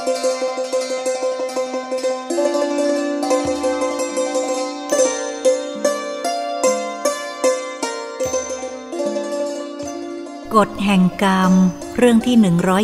กฎแห่งกรรมเรื่องที่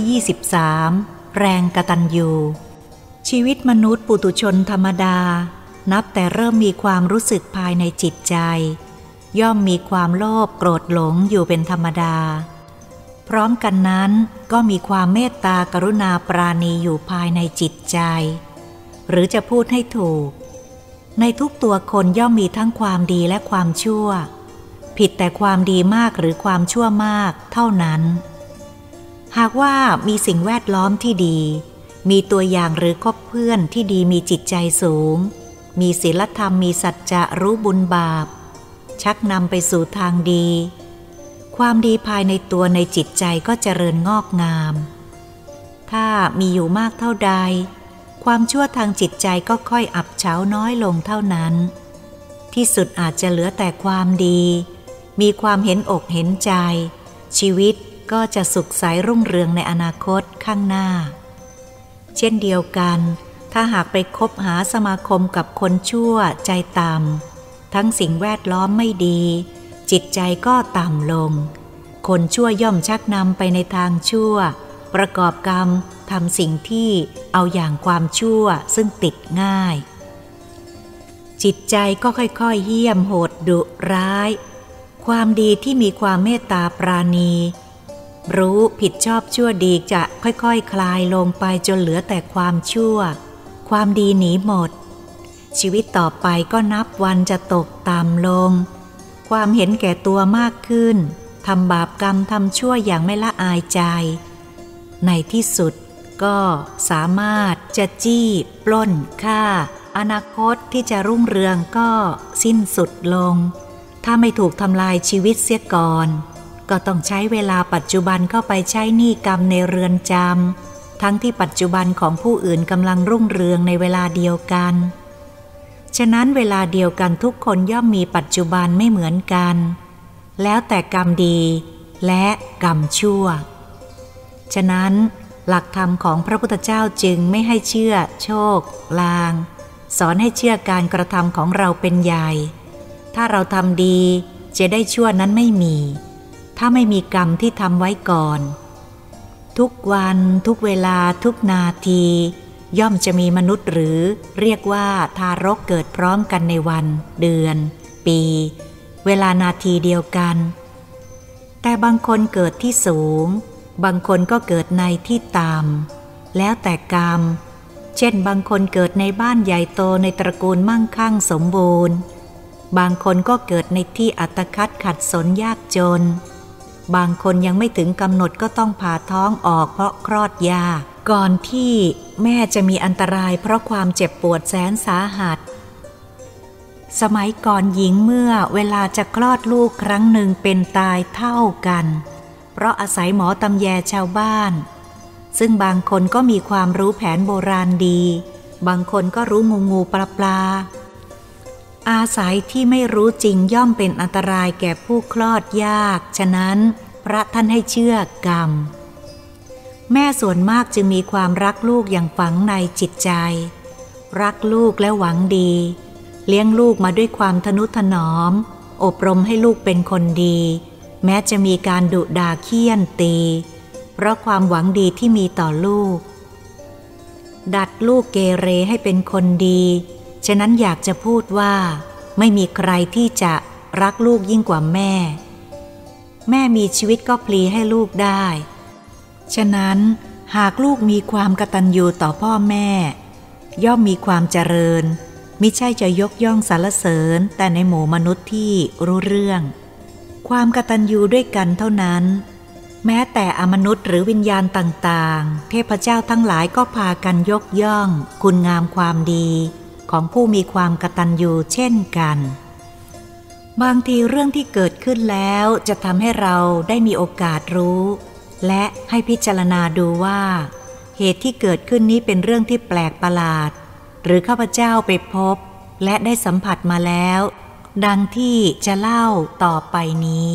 123แรงกตัญญูชีวิตมนุษย์ปุถุชนธรรมดานับแต่เริ่มมีความรู้สึกภายในจิตใจย่อมมีความโลภโกรธหลงอยู่เป็นธรรมดาพร้อมกันนั้นก็มีความเมตตากรุณาปราณีอยู่ภายในจิตใจหรือจะพูดให้ถูกในทุกตัวคนย่อมมีทั้งความดีและความชั่วผิดแต่ความดีมากหรือความชั่วมากเท่านั้นหากว่ามีสิ่งแวดล้อมที่ดีมีตัวอย่างหรือคบเพื่อนที่ดีมีจิตใจสูงมีศีลธรรมมีสัจจะรู้บุญบาปชักนำไปสู่ทางดีความดีภายในตัวในจิตใจก็เจริญงอกงามถ้ามีอยู่มากเท่าใดความชั่วทางจิตใจก็ค่อยอับเฉาน้อยลงเท่านั้นที่สุดอาจจะเหลือแต่ความดีมีความเห็นอกเห็นใจชีวิตก็จะสุขใสรุ่งเรืองในอนาคตข้างหน้าเช่นเดียวกันถ้าหากไปคบหาสมาคมกับคนชั่วใจต่ำทั้งสิ่งแวดล้อมไม่ดีจิตใจก็ต่ำลงคนชั่วย่อมชักนำไปในทางชั่วประกอบกรรมทำสิ่งที่เอาอย่างความชั่วซึ่งติดง่ายจิตใจก็ค่อยๆเหี้ยมโหดดุร้ายความดีที่มีความเมตตาปราณีรู้ผิดชอบชั่วดีจะค่อยๆคลายลงไปจนเหลือแต่ความชั่วความดีหนีหมดชีวิตต่อไปก็นับวันจะตกต่ำลงความเห็นแก่ตัวมากขึ้นทำบาปกรรมทำชั่วอย่างไม่ละอายใจในที่สุดก็สามารถจะจี้ปล้นฆ่าอนาคตที่จะรุ่งเรืองก็สิ้นสุดลงถ้าไม่ถูกทำลายชีวิตเสียก่อนก็ต้องใช้เวลาปัจจุบันเข้าไปใช้หนี้กรรมในเรือนจำทั้งที่ปัจจุบันของผู้อื่นกำลังรุ่งเรืองในเวลาเดียวกันฉะนั้นเวลาเดียวกันทุกคนย่อมมีปัจจุบันไม่เหมือนกันแล้วแต่กรรมดีและกรรมชั่วฉะนั้นหลักธรรมของพระพุทธเจ้าจึงไม่ให้เชื่อโชคลางสอนให้เชื่อการกระทำของเราเป็นใหญ่ถ้าเราทำดีจะได้ชั่วนั้นไม่มีถ้าไม่มีกรรมที่ทำไว้ก่อนทุกวันทุกเวลาทุกนาทีย่อมจะมีมนุษย์หรือเรียกว่าทารกเกิดพร้อมกันในวันเดือนปีเวลานาทีเดียวกันแต่บางคนเกิดที่สูงบางคนก็เกิดในที่ต่ำแล้วแต่กรรมเช่นบางคนเกิดในบ้านใหญ่โตในตระกูลมั่งคั่งสมบูรณ์บางคนก็เกิดในที่อัตคัดขัดสนยากจนบางคนยังไม่ถึงกำหนดก็ต้องผ่าท้องออกเพราะคลอดยากก่อนที่แม่จะมีอันตรายเพราะความเจ็บปวดแสนสาหัสสมัยก่อนหญิงเมื่อเวลาจะคลอดลูกครั้งหนึ่งเป็นตายเท่ากันเพราะอาศัยหมอตำแยชาวบ้านซึ่งบางคนก็มีความรู้แผนโบราณดีบางคนก็รู้งูปลาอาศัยที่ไม่รู้จริงย่อมเป็นอันตรายแก่ผู้คลอดยากฉะนั้นพระท่านให้เชื่อกรรมแม่ส่วนมากจึงมีความรักลูกอย่างฝังในจิตใจรักลูกและหวังดีเลี้ยงลูกมาด้วยความทนุถนอมอบรมให้ลูกเป็นคนดีแม้จะมีการดุด่าเคี่ยนตีเพราะความหวังดีที่มีต่อลูกดัดลูกเกเรให้เป็นคนดีฉะนั้นอยากจะพูดว่าไม่มีใครที่จะรักลูกยิ่งกว่าแม่มีชีวิตก็พลีให้ลูกได้ฉะนั้นหากลูกมีความกตัญญูต่อพ่อแม่ย่อมมีความเจริญมิใช่จะยกย่องสรรเสริญแต่ในหมู่มนุษย์ที่รู้เรื่องความกตัญญูด้วยกันเท่านั้นแม้แต่อมนุษย์หรือวิญญาณต่างๆเทพเจ้าทั้งหลายก็พากันยกย่องคุณงามความดีของผู้มีความกตัญญูเช่นกันบางทีเรื่องที่เกิดขึ้นแล้วจะทำให้เราได้มีโอกาสรู้และให้พิจารณาดูว่าเหตุที่เกิดขึ้นนี้เป็นเรื่องที่แปลกประหลาดหรือข้าพเจ้าไปพบและได้สัมผัสมาแล้วดังที่จะเล่าต่อไปนี้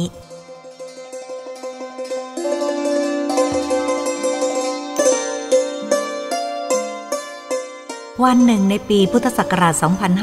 วันหนึ่งในปีพุทธศักราช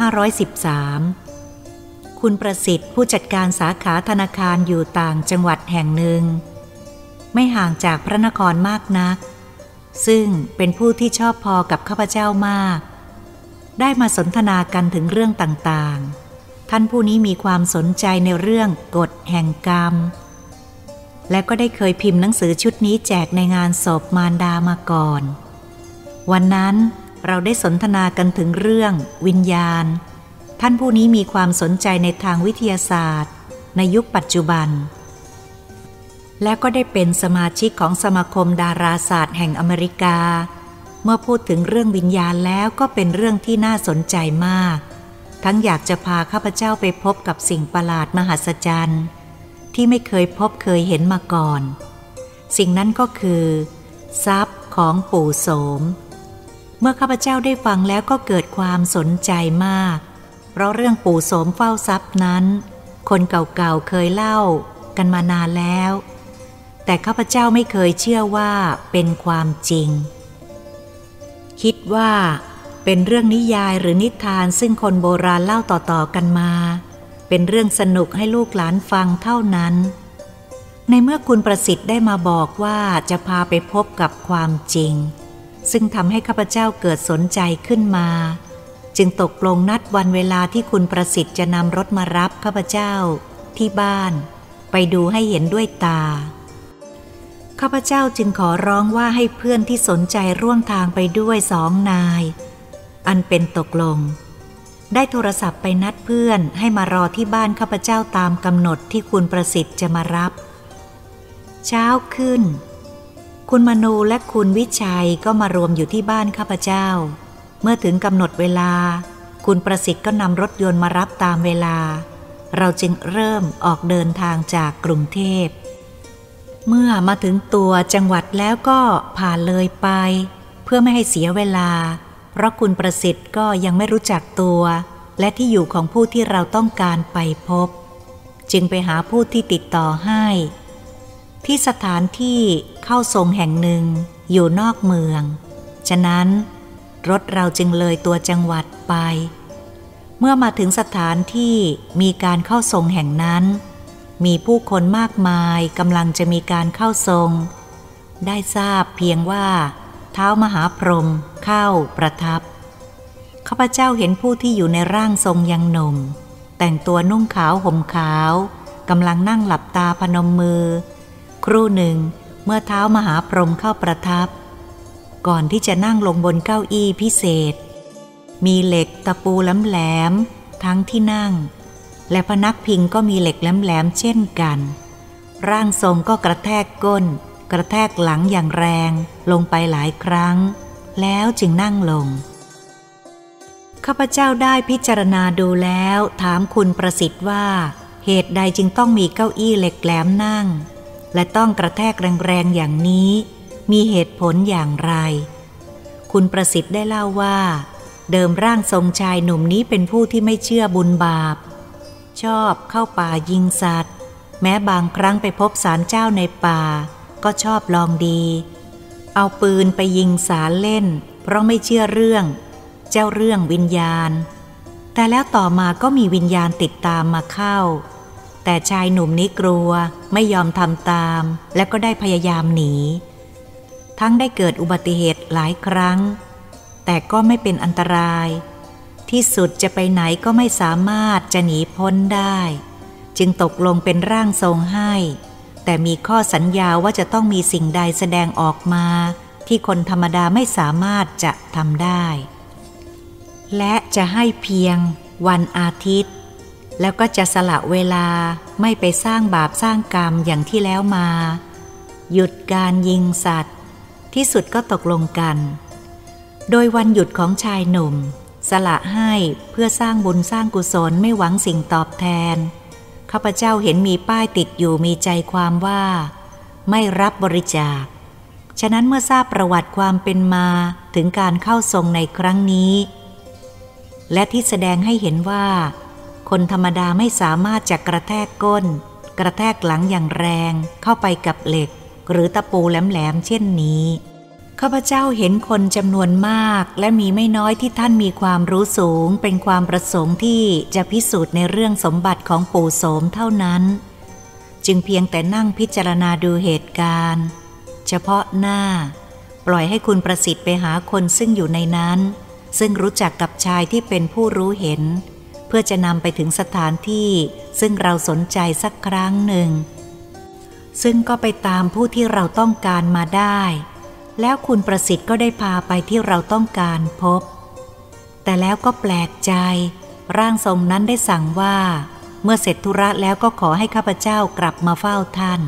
2513 คุณประสิทธิ์ผู้จัดการสาขาธนาคารอยู่ต่างจังหวัดแห่งหนึ่งไม่ห่างจากพระนครมากนักซึ่งเป็นผู้ที่ชอบพอกับข้าพเจ้ามากได้มาสนทนากันถึงเรื่องต่างๆท่านผู้นี้มีความสนใจในเรื่องกฎแห่งกรรมและก็ได้เคยพิมพ์หนังสือชุดนี้แจกในงานศพมารดามาก่อนวันนั้นเราได้สนทนากันถึงเรื่องวิญญาณท่านผู้นี้มีความสนใจในทางวิทยาศาสตร์ในยุคปัจจุบันและก็ได้เป็นสมาชิกของสมาคมดาราศาสตร์แห่งอเมริกาเมื่อพูดถึงเรื่องวิญญาณแล้วก็เป็นเรื่องที่น่าสนใจมากทั้งอยากจะพาข้าพเจ้าไปพบกับสิ่งประหลาดมหัศจรรย์ที่ไม่เคยพบเคยเห็นมาก่อนสิ่งนั้นก็คือทรัพย์ของปู่โสมเมื่อข้าพเจ้าได้ฟังแล้วก็เกิดความสนใจมากเพราะเรื่องปู่โสมเฝ้าทรัพย์นั้นคนเก่าๆเคยเล่ากันมานานแล้วแต่ข้าพเจ้าไม่เคยเชื่อว่าเป็นความจริงคิดว่าเป็นเรื่องนิยายหรือนิทานซึ่งคนโบราณเล่าต่อๆกันมาเป็นเรื่องสนุกให้ลูกหลานฟังเท่านั้นในเมื่อคุณประสิทธิ์ได้มาบอกว่าจะพาไปพบกับความจริงซึ่งทำให้ข้าพเจ้าเกิดสนใจขึ้นมาจึงตกลงนัดวันเวลาที่คุณประสิทธิ์จะนำรถมารับข้าพเจ้าที่บ้านไปดูให้เห็นด้วยตาข้าพเจ้าจึงขอร้องว่าให้เพื่อนที่สนใจร่วมทางไปด้วย2 นายอันเป็นตกลงได้โทรศัพท์ไปนัดเพื่อนให้มารอที่บ้านข้าพเจ้าตามกำหนดที่คุณประสิทธิ์จะมารับเช้าขึ้นคุณมนูและคุณวิชัยก็มารวมอยู่ที่บ้านข้าพเจ้าเมื่อถึงกำหนดเวลาคุณประสิทธิ์ก็นำรถยนต์มารับตามเวลาเราจึงเริ่มออกเดินทางจากกรุงเทพเมื่อมาถึงตัวจังหวัดแล้วก็ผ่านเลยไปเพื่อไม่ให้เสียเวลาเพราะคุณประสิทธิ์ก็ยังไม่รู้จักตัวและที่อยู่ของผู้ที่เราต้องการไปพบจึงไปหาผู้ที่ติดต่อให้ที่สถานที่เข้าทรงแห่งหนึ่งอยู่นอกเมืองฉะนั้นรถเราจึงเลยตัวจังหวัดไปเมื่อมาถึงสถานที่มีการเข้าทรงแห่งนั้นมีผู้คนมากมายกำลังจะมีการเข้าทรงได้ทราบเพียงว่าท้าวมหาพรหมเข้าประทับข้าพเจ้าเห็นผู้ที่อยู่ในร่างทรงยังหนุ่มแต่งตัวนุ่งขาวห่มขาวกำลังนั่งหลับตาพนมมือครู่หนึ่งเมื่อท้าวมหาพรหมเข้าประทับก่อนที่จะนั่งลงบนเก้าอี้พิเศษมีเหล็กตะปูแหลมๆทั้งที่นั่งและพนักพิงก็มีเหล็กแหลมๆเช่นกันร่างทรงก็กระแทกก้นกระแทกหลังอย่างแรงลงไปหลายครั้งแล้วจึงนั่งลงข้าพเจ้าได้พิจารณาดูแล้วถามคุณประสิทธิ์ว่าเหตุใดจึงต้องมีเก้าอี้เหล็กแหลมนั่งและต้องกระแทกแรงๆอย่างนี้มีเหตุผลอย่างไรคุณประสิทธิ์ได้เล่าว่าเดิมร่างทรงชายหนุ่มนี้เป็นผู้ที่ไม่เชื่อบุญบาปชอบเข้าป่ายิงสัตว์แม้บางครั้งไปพบศาลเจ้าในป่าก็ชอบลองดีเอาปืนไปยิงศาลเล่นเพราะไม่เชื่อเรื่องวิญญาณแต่แล้วต่อมาก็มีวิญญาณติดตามมาเข้าแต่ชายหนุ่มนี้กลัวไม่ยอมทำตามและก็ได้พยายามหนีทั้งได้เกิดอุบัติเหตุหลายครั้งแต่ก็ไม่เป็นอันตรายที่สุดจะไปไหนก็ไม่สามารถจะหนีพ้นได้จึงตกลงเป็นร่างทรงให้แต่มีข้อสัญญาว่าจะต้องมีสิ่งใดแสดงออกมาที่คนธรรมดาไม่สามารถจะทำได้และจะให้เพียงวันอาทิตย์แล้วก็จะสละเวลาไม่ไปสร้างบาปสร้างกรรมอย่างที่แล้วมาหยุดการยิงสัตว์ที่สุดก็ตกลงกันโดยวันหยุดของชายหนุ่มสละให้เพื่อสร้างบุญสร้างกุศลไม่หวังสิ่งตอบแทนข้าพเจ้าเห็นมีป้ายติดอยู่มีใจความว่าไม่รับบริจาคฉะนั้นเมื่อทราบประวัติความเป็นมาถึงการเข้าทรงในครั้งนี้และที่แสดงให้เห็นว่าคนธรรมดาไม่สามารถจะกระแทกก้นกระแทกหลังอย่างแรงเข้าไปกับเหล็กหรือตะปูแหลมๆเช่นนี้ข้าพเจ้าเห็นคนจำนวนมากและมีไม่น้อยที่ท่านมีความรู้สูงเป็นความประสงค์ที่จะพิสูจน์ในเรื่องสมบัติของปู่โสมเท่านั้นจึงเพียงแต่นั่งพิจารณาดูเหตุการณ์เฉพาะหน้าปล่อยให้คุณประสิทธิ์ไปหาคนซึ่งอยู่ในนั้นซึ่งรู้จักกับชายที่เป็นผู้รู้เห็นเพื่อจะนำไปถึงสถานที่ซึ่งเราสนใจสักครั้งหนึ่งซึ่งก็ไปตามผู้ที่เราต้องการมาได้แล้วคุณประสิทธิ์ก็ได้พาไปที่เราต้องการพบแต่แล้วก็แปลกใจร่างทรงนั้นได้สั่งว่าเมื่อเสร็จธุระแล้วก็ขอให้ข้าพเจ้ากลับมาเฝ้าท่าน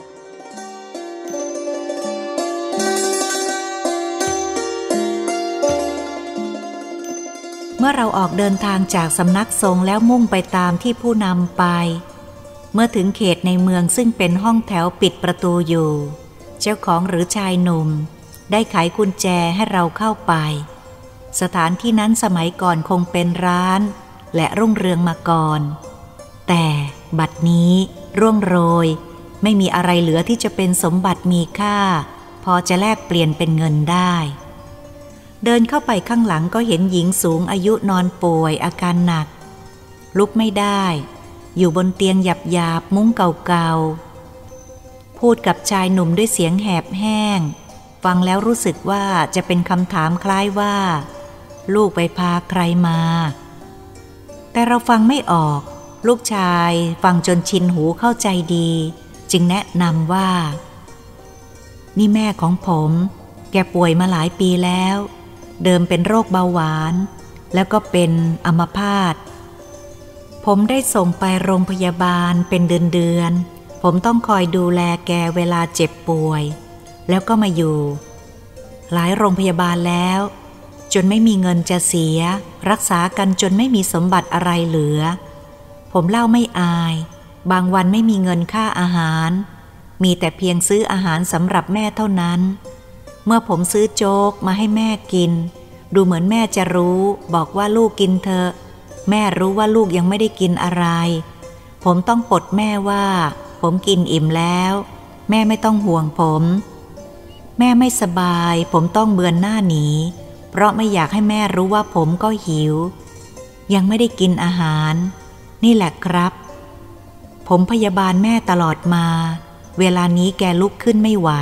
เมื่อเราออกเดินทางจากสำนักทรงแล้วมุ่งไปตามที่ผู้นำไปเมื่อถึงเขตในเมืองซึ่งเป็นห้องแถวปิดประตูอยู่เจ้าของหรือชายหนุ่มได้ไขกุญแจให้เราเข้าไปสถานที่นั้นสมัยก่อนคงเป็นร้านและรุ่งเรืองมาก่อนแต่บัดนี้ร่วงโรยไม่มีอะไรเหลือที่จะเป็นสมบัติมีค่าพอจะแลกเปลี่ยนเป็นเงินได้เดินเข้าไปข้างหลังก็เห็นหญิงสูงอายุนอนป่วยอาการหนักลุกไม่ได้อยู่บนเตียงหยาบๆมุ้งเก่าๆพูดกับชายหนุ่มด้วยเสียงแหบแห้งฟังแล้วรู้สึกว่าจะเป็นคำถามคล้ายว่าลูกไปพาใครมาแต่เราฟังไม่ออกลูกชายฟังจนชินหูเข้าใจดีจึงแนะนำว่านี่แม่ของผมแกป่วยมาหลายปีแล้วเดิมเป็นโรคเบาหวานแล้วก็เป็นอัมพาตผมได้ส่งไปโรงพยาบาลเป็นเดือนผมต้องคอยดูแลแกเวลาเจ็บป่วยแล้วก็มาอยู่หลายโรงพยาบาลแล้วจนไม่มีเงินจะเสียรักษากันจนไม่มีสมบัติอะไรเหลือผมเล่าไม่อายบางวันไม่มีเงินค่าอาหารมีแต่เพียงซื้ออาหารสำหรับแม่เท่านั้นเมื่อผมซื้อโจ๊กมาให้แม่กินดูเหมือนแม่จะรู้บอกว่าลูกกินเถอะแม่รู้ว่าลูกยังไม่ได้กินอะไรผมต้องปลดแม่ว่าผมกินอิ่มแล้วแม่ไม่ต้องห่วงผมแม่ไม่สบายผมต้องเบือนหน้าหนีเพราะไม่อยากให้แม่รู้ว่าผมก็หิวยังไม่ได้กินอาหารนี่แหละครับผมพยาบาลแม่ตลอดมาเวลานี้แกลุกขึ้นไม่ไหว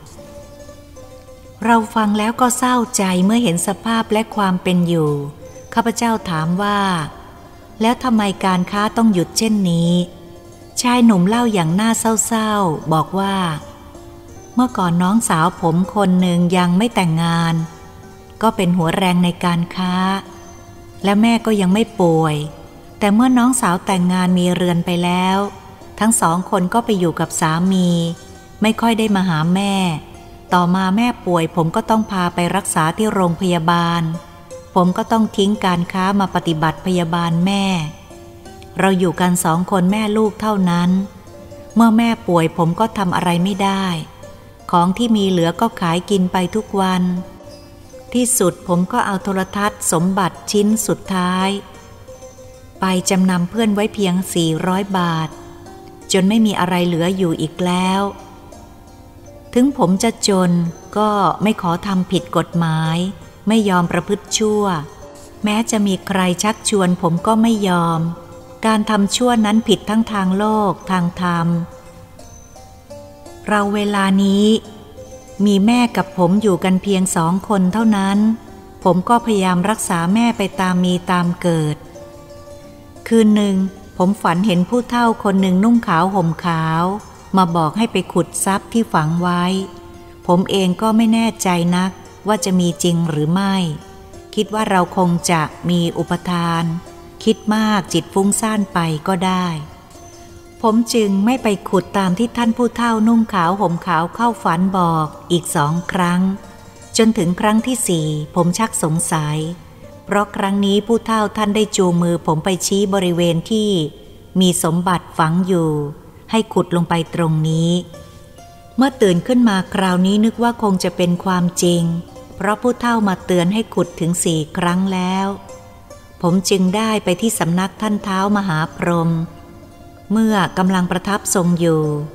เราฟังแล้วก็เศร้าใจเมื่อเห็นสภาพและความเป็นอยู่ข้าพเจ้าถามว่าแล้วทำไมการค้าต้องหยุดเช่นนี้ชายหนุ่มเล่าอย่างน่าเศร้าๆบอกว่าเมื่อก่อนน้องสาวผมคนหนึ่งยังไม่แต่งงานก็เป็นหัวแรงในการค้าและแม่ก็ยังไม่ป่วยแต่เมื่อน้องสาวแต่งงานมีเรือนไปแล้วทั้งสองคนก็ไปอยู่กับสามีไม่ค่อยได้มาหาแม่ต่อมาแม่ป่วยผมก็ต้องพาไปรักษาที่โรงพยาบาลผมก็ต้องทิ้งการค้ามาปฏิบัติพยาบาลแม่เราอยู่กันสองคนแม่ลูกเท่านั้นเมื่อแม่ป่วยผมก็ทำอะไรไม่ได้ของที่มีเหลือก็ขายกินไปทุกวันที่สุดผมก็เอาโทรทัศน์สมบัติชิ้นสุดท้ายไปจำนำเพื่อนไว้เพียง400 บาทจนไม่มีอะไรเหลืออยู่อีกแล้วถึงผมจะจนก็ไม่ขอทำผิดกฎหมายไม่ยอมประพฤติชั่วแม้จะมีใครชักชวนผมก็ไม่ยอมการทำชั่วนั้นผิดทั้งทางโลกทางธรรมเราเวลานี้มีแม่กับผมอยู่กันเพียง2 คนเท่านั้นผมก็พยายามรักษาแม่ไปตามมีตามเกิดคืนหนึ่งผมฝันเห็นผู้เฒ่าคนหนึ่งนุ่งขาวห่มขาวมาบอกให้ไปขุดทรัพย์ที่ฝังไว้ผมเองก็ไม่แน่ใจนักว่าจะมีจริงหรือไม่คิดว่าเราคงจะมีอุปทานคิดมากจิตฟุ้งซ่านไปก็ได้ผมจึงไม่ไปขุดตามที่ท่านผู้เฒ่านุ่งขาวห่มขาวเข้าฝันบอกอีก2 ครั้งจนถึงครั้งที่4ผมชักสงสัยเพราะครั้งนี้ผู้เฒ่าท่านได้จูงมือผมไปชี้บริเวณที่มีสมบัติฝังอยู่ให้ขุดลงไปตรงนี้เมื่อตื่นขึ้นมาคราวนี้นึกว่าคงจะเป็นความจริงเพราะผู้เฒ่ามาเตือนให้ขุดถึง4 ครั้งแล้วผมจึงได้ไปที่สำนักท่านท้าวมหาพรหมเมื่อกำลังประทับทรงอยู่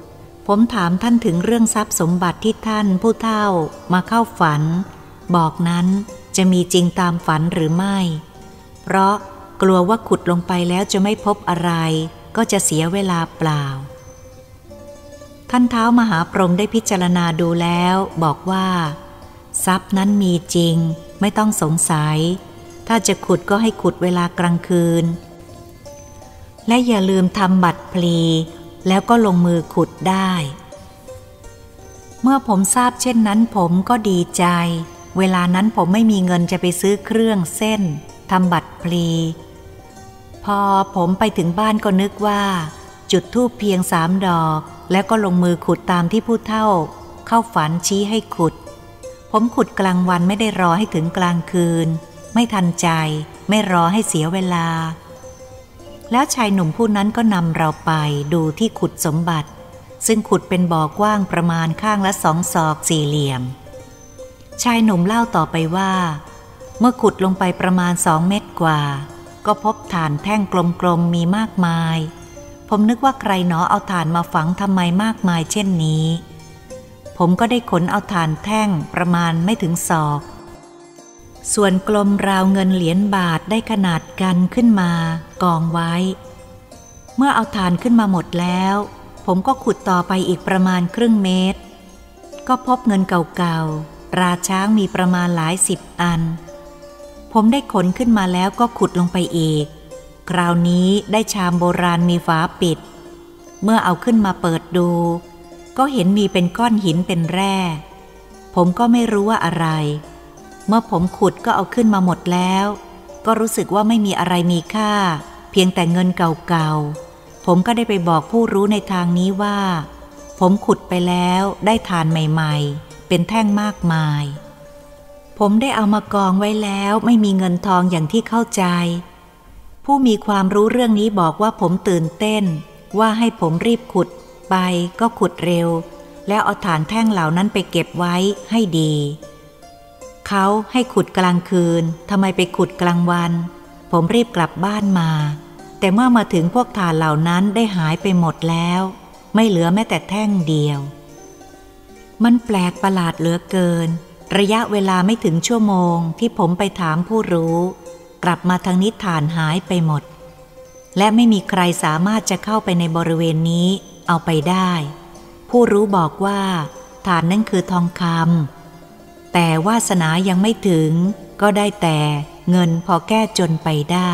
ผมถามท่านถึงเรื่องทรัพย์สมบัติที่ท่านผู้เฒ่ามาเข้าฝันบอกนั้นจะมีจริงตามฝันหรือไม่เพราะกลัวว่าขุดลงไปแล้วจะไม่พบอะไรก็จะเสียเวลาเปล่าท่านท้าวมหาพรหมได้พิจารณาดูแล้วบอกว่าทรัพย์นั้นมีจริงไม่ต้องสงสัยถ้าจะขุดก็ให้ขุดเวลากลางคืนและอย่าลืมทำบัตรพลีแล้วก็ลงมือขุดได้เมื่อผมทราบเช่นนั้นผมก็ดีใจเวลานั้นผมไม่มีเงินจะไปซื้อเครื่องเส้นทำบัตรพลีพอผมไปถึงบ้านก็นึกว่าจุดธูปเพียง3 ดอกแล้วก็ลงมือขุดตามที่ผู้เฒ่าเข้าฝันชี้ให้ขุดผมขุดกลางวันไม่ได้รอให้ถึงกลางคืนไม่ทันใจไม่รอให้เสียเวลาแล้วชายหนุ่มผู้นั้นก็นำเราไปดูที่ขุดสมบัติซึ่งขุดเป็นบ่อกว้างประมาณข้างละ2 ศอก4 เหลี่ยมชายหนุ่มเล่าต่อไปว่าเมื่อขุดลงไปประมาณ2 เมตรกว่าก็พบถ่านแท่งกลมๆมีมากมายผมนึกว่าใครหนอเอาถ่านมาฝังทำไมมากมายเช่นนี้ผมก็ได้ขนเอาถ่านแท่งประมาณไม่ถึงศอกส่วนกลมราวเงินเหรียญบาทได้ขนาดกันขึ้นมากองไว้เมื่อเอาถ่านขึ้นมาหมดแล้วผมก็ขุดต่อไปอีกประมาณครึ่งเมตรก็พบเงินเก่าๆตราช้างมีประมาณหลาย10 อันผมได้ขนขึ้นมาแล้วก็ขุดลงไปอีกคราวนี้ได้ชามโบราณมีฝาปิดเมื่อเอาขึ้นมาเปิดดูก็เห็นมีเป็นก้อนหินเป็นแร่ผมก็ไม่รู้ว่าอะไรเมื่อผมขุดก็เอาขึ้นมาหมดแล้วก็รู้สึกว่าไม่มีอะไรมีค่าเพียงแต่เงินเก่าๆผมก็ได้ไปบอกผู้รู้ในทางนี้ว่าผมขุดไปแล้วได้ถ่านใหม่ๆเป็นแท่งมากมายผมได้เอามากองไว้แล้วไม่มีเงินทองอย่างที่เข้าใจผู้มีความรู้เรื่องนี้บอกว่าผมตื่นเต้นว่าให้ผมรีบขุดไปก็ขุดเร็วแล้วเอาถ่านแท่งเหล่านั้นไปเก็บไว้ให้ดีเขาให้ขุดกลางคืนทำไมไปขุดกลางวันผมรีบกลับบ้านมาแต่เมื่อมาถึงพวกถ่านเหล่านั้นได้หายไปหมดแล้วไม่เหลือแม้แต่แท่งเดียวมันแปลกประหลาดเหลือเกินระยะเวลาไม่ถึงชั่วโมงที่ผมไปถามผู้รู้กลับมาทางนี้ถ่านหายไปหมดและไม่มีใครสามารถจะเข้าไปในบริเวณนี้เอาไปได้ผู้รู้บอกว่าถ่านนั่นคือทองคำแต่วาสนายังไม่ถึงก็ได้แต่เงินพอแก้จนไปได้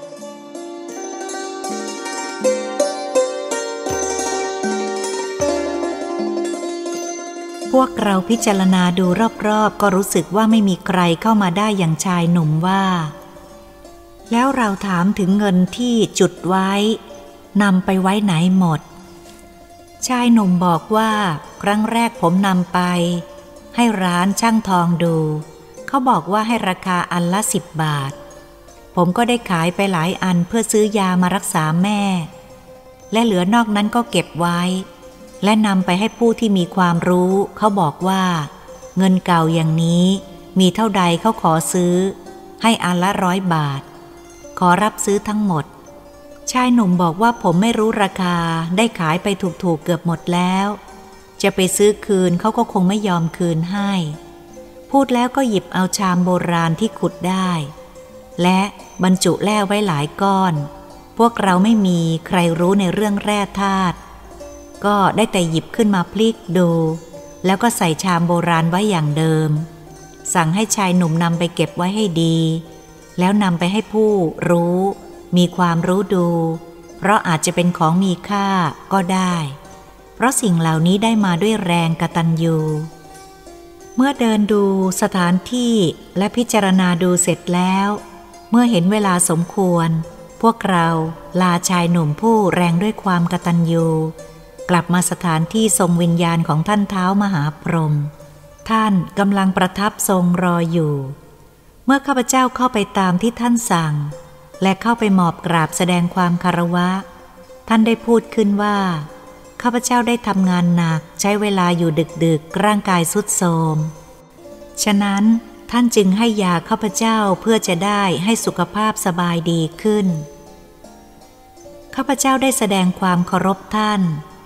พวกเราพิจารณาดูรอบๆก็รู้สึกว่าไม่มีใครเข้ามาได้อย่างชายหนุ่มว่าแล้วเราถามถึงเงินที่จุดไว้นำไปไว้ไหนหมดชายหนุ่มบอกว่าครั้งแรกผมนำไปให้ร้านช่างทองดูเขาบอกว่าให้ราคาอันละ10 บาทผมก็ได้ขายไปหลายอันเพื่อซื้อยามารักษาแม่และเหลือนอกนั้นก็เก็บไว้และนำไปให้ผู้ที่มีความรู้เขาบอกว่าเงินเก่าอย่างนี้มีเท่าใดเขาขอซื้อให้อันละ100 บาทขอรับซื้อทั้งหมดชายหนุ่มบอกว่าผมไม่รู้ราคาได้ขายไปถูกๆเกือบหมดแล้วจะไปซื้อคืนเขาก็คงไม่ยอมคืนให้พูดแล้วก็หยิบเอาชามโบราณที่ขุดได้และบรรจุแร่ไว้หลายก้อนพวกเราไม่มีใครรู้ในเรื่องแร่ธาตุก็ได้แต่หยิบขึ้นมาพลิกดูแล้วก็ใส่ชามโบราณไว้อย่างเดิมสั่งให้ชายหนุ่มนำไปเก็บไว้ให้ดีแล้วนำไปให้ผู้รู้มีความรู้ดูเพราะอาจจะเป็นของมีค่าก็ได้เพราะสิ่งเหล่านี้ได้มาด้วยแรงกตัญญูเมื่อเดินดูสถานที่และพิจารณาดูเสร็จแล้วเมื่อเห็นเวลาสมควรพวกเราลาชายหนุ่มผู้แรงด้วยความกตัญญูกลับมาสถานที่ทรงวิญญาณของท่านท้าวมหาพรหมท่านกำลังประทับทรงรออยู่เมื่อข้าพเจ้าเข้าไปตามที่ท่านสั่งและเข้าไปหมอบกราบแสดงความคารวะท่านได้พูดขึ้นว่าข้าพเจ้าได้ทำงานหนักใช้เวลาอยู่ดึกๆร่างกายทรุดโทรมฉะนั้นท่านจึงให้ยาข้าพเจ้าเพื่อจะได้ให้สุขภาพสบายดีขึ้นข้าพเจ้าได้แสดงความเคารพท่าน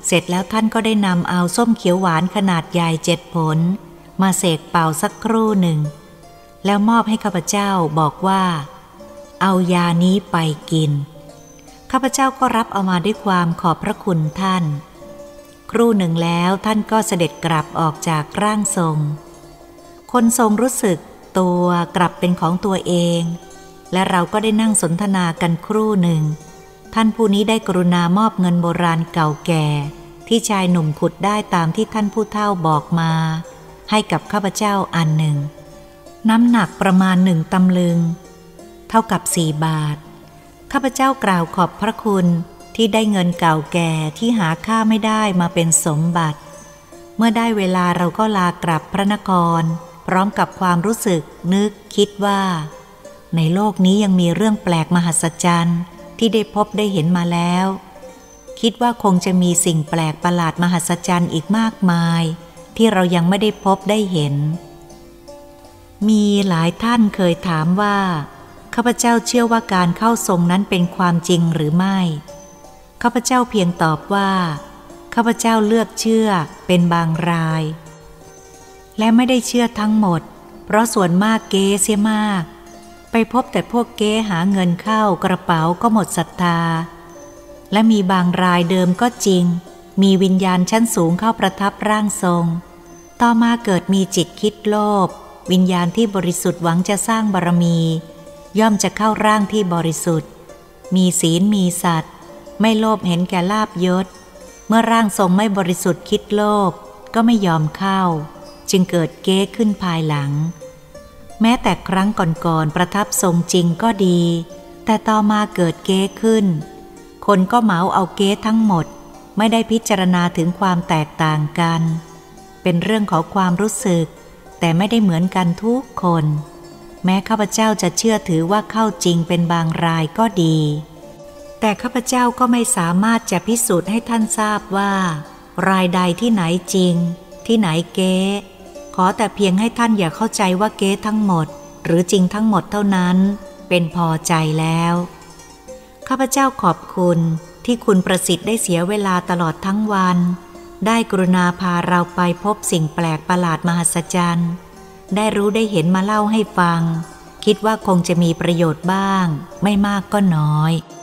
เสร็จแล้วท่านก็ได้นำเอาส้มเขียวหวานขนาดใหญ่7 ผลมาเสกเป่าสักครู่หนึ่งแล้วมอบให้ข้าพเจ้าบอกว่าเอายานี้ไปกินข้าพเจ้าก็รับเอามาด้วยความขอบพระคุณท่านครู่หนึ่งแล้วท่านก็เสด็จกลับออกจากร่างทรงคนทรงรู้สึกตัวกลับเป็นของตัวเองและเราก็ได้นั่งสนทนากันครู่หนึ่งท่านผู้นี้ได้กรุณามอบเงินโบราณเก่าแก่ที่ชายหนุ่มขุดได้ตามที่ท่านผู้เฒ่าบอกมาให้กับข้าพเจ้าอันหนึ่งน้ำหนักประมาณ1 ตำลึงเท่ากับ4 บาทข้าพเจ้ากล่าวขอบพระคุณที่ได้เงินเก่าแก่ที่หาค่าไม่ได้มาเป็นสมบัติเมื่อได้เวลาเราก็ลากลับพระนครพร้อมกับความรู้สึกนึกคิดว่าในโลกนี้ยังมีเรื่องแปลกมหัศจรรย์ที่ได้พบได้เห็นมาแล้วคิดว่าคงจะมีสิ่งแปลกประหลาดมหัศจรรย์อีกมากมายที่เรายังไม่ได้พบได้เห็นมีหลายท่านเคยถามว่าข้าพเจ้าเชื่อว่าการเข้าทรงนั้นเป็นความจริงหรือไม่ข้าพเจ้าเพียงตอบว่าข้าพเจ้าเลือกเชื่อเป็นบางรายและไม่ได้เชื่อทั้งหมดเพราะส่วนมากเก๊เสียมากไปพบแต่พวกเก๊หาเงินเข้ากระเป๋าก็หมดศรัทธาและมีบางรายเดิมก็จริงมีวิญญาณชั้นสูงเข้าประทับร่างทรงต่อมาเกิดมีจิตคิดโลภวิญญาณที่บริสุทธิ์หวังจะสร้างบารมีย่อมจะเข้าร่างที่บริสุทธิ์มีศีลมีสัตย์ไม่โลภเห็นแก่ลาภยศเมื่อร่างทรงไม่บริสุทธิ์คิดโลภก็ไม่ยอมเข้าจึงเกิดเก๊ขึ้นภายหลังแม้แต่ครั้งก่อนๆประทับทรงจริงก็ดีแต่ต่อมาเกิดเก๊ขึ้นคนก็เหมาเอาเก๊ทั้งหมดไม่ได้พิจารณาถึงความแตกต่างกันเป็นเรื่องของความรู้สึกแต่ไม่ได้เหมือนกันทุกคนแม้ข้าพเจ้าจะเชื่อถือว่าเข้าจริงเป็นบางรายก็ดีแต่ข้าพเจ้าก็ไม่สามารถจะพิสูจน์ให้ท่านทราบว่ารายใดที่ไหนจริงที่ไหนเก๊ขอแต่เพียงให้ท่านอย่าเข้าใจว่าเก๊ทั้งหมดหรือจริงทั้งหมดเท่านั้นเป็นพอใจแล้วข้าพเจ้าขอบคุณที่คุณประสิทธิ์ได้เสียเวลาตลอดทั้งวันได้กรุณาพาเราไปพบสิ่งแปลกประหลาดมหัศจรรย์ได้รู้ได้เห็นมาเล่าให้ฟังคิดว่าคงจะมีประโยชน์บ้างไม่มากก็น้อย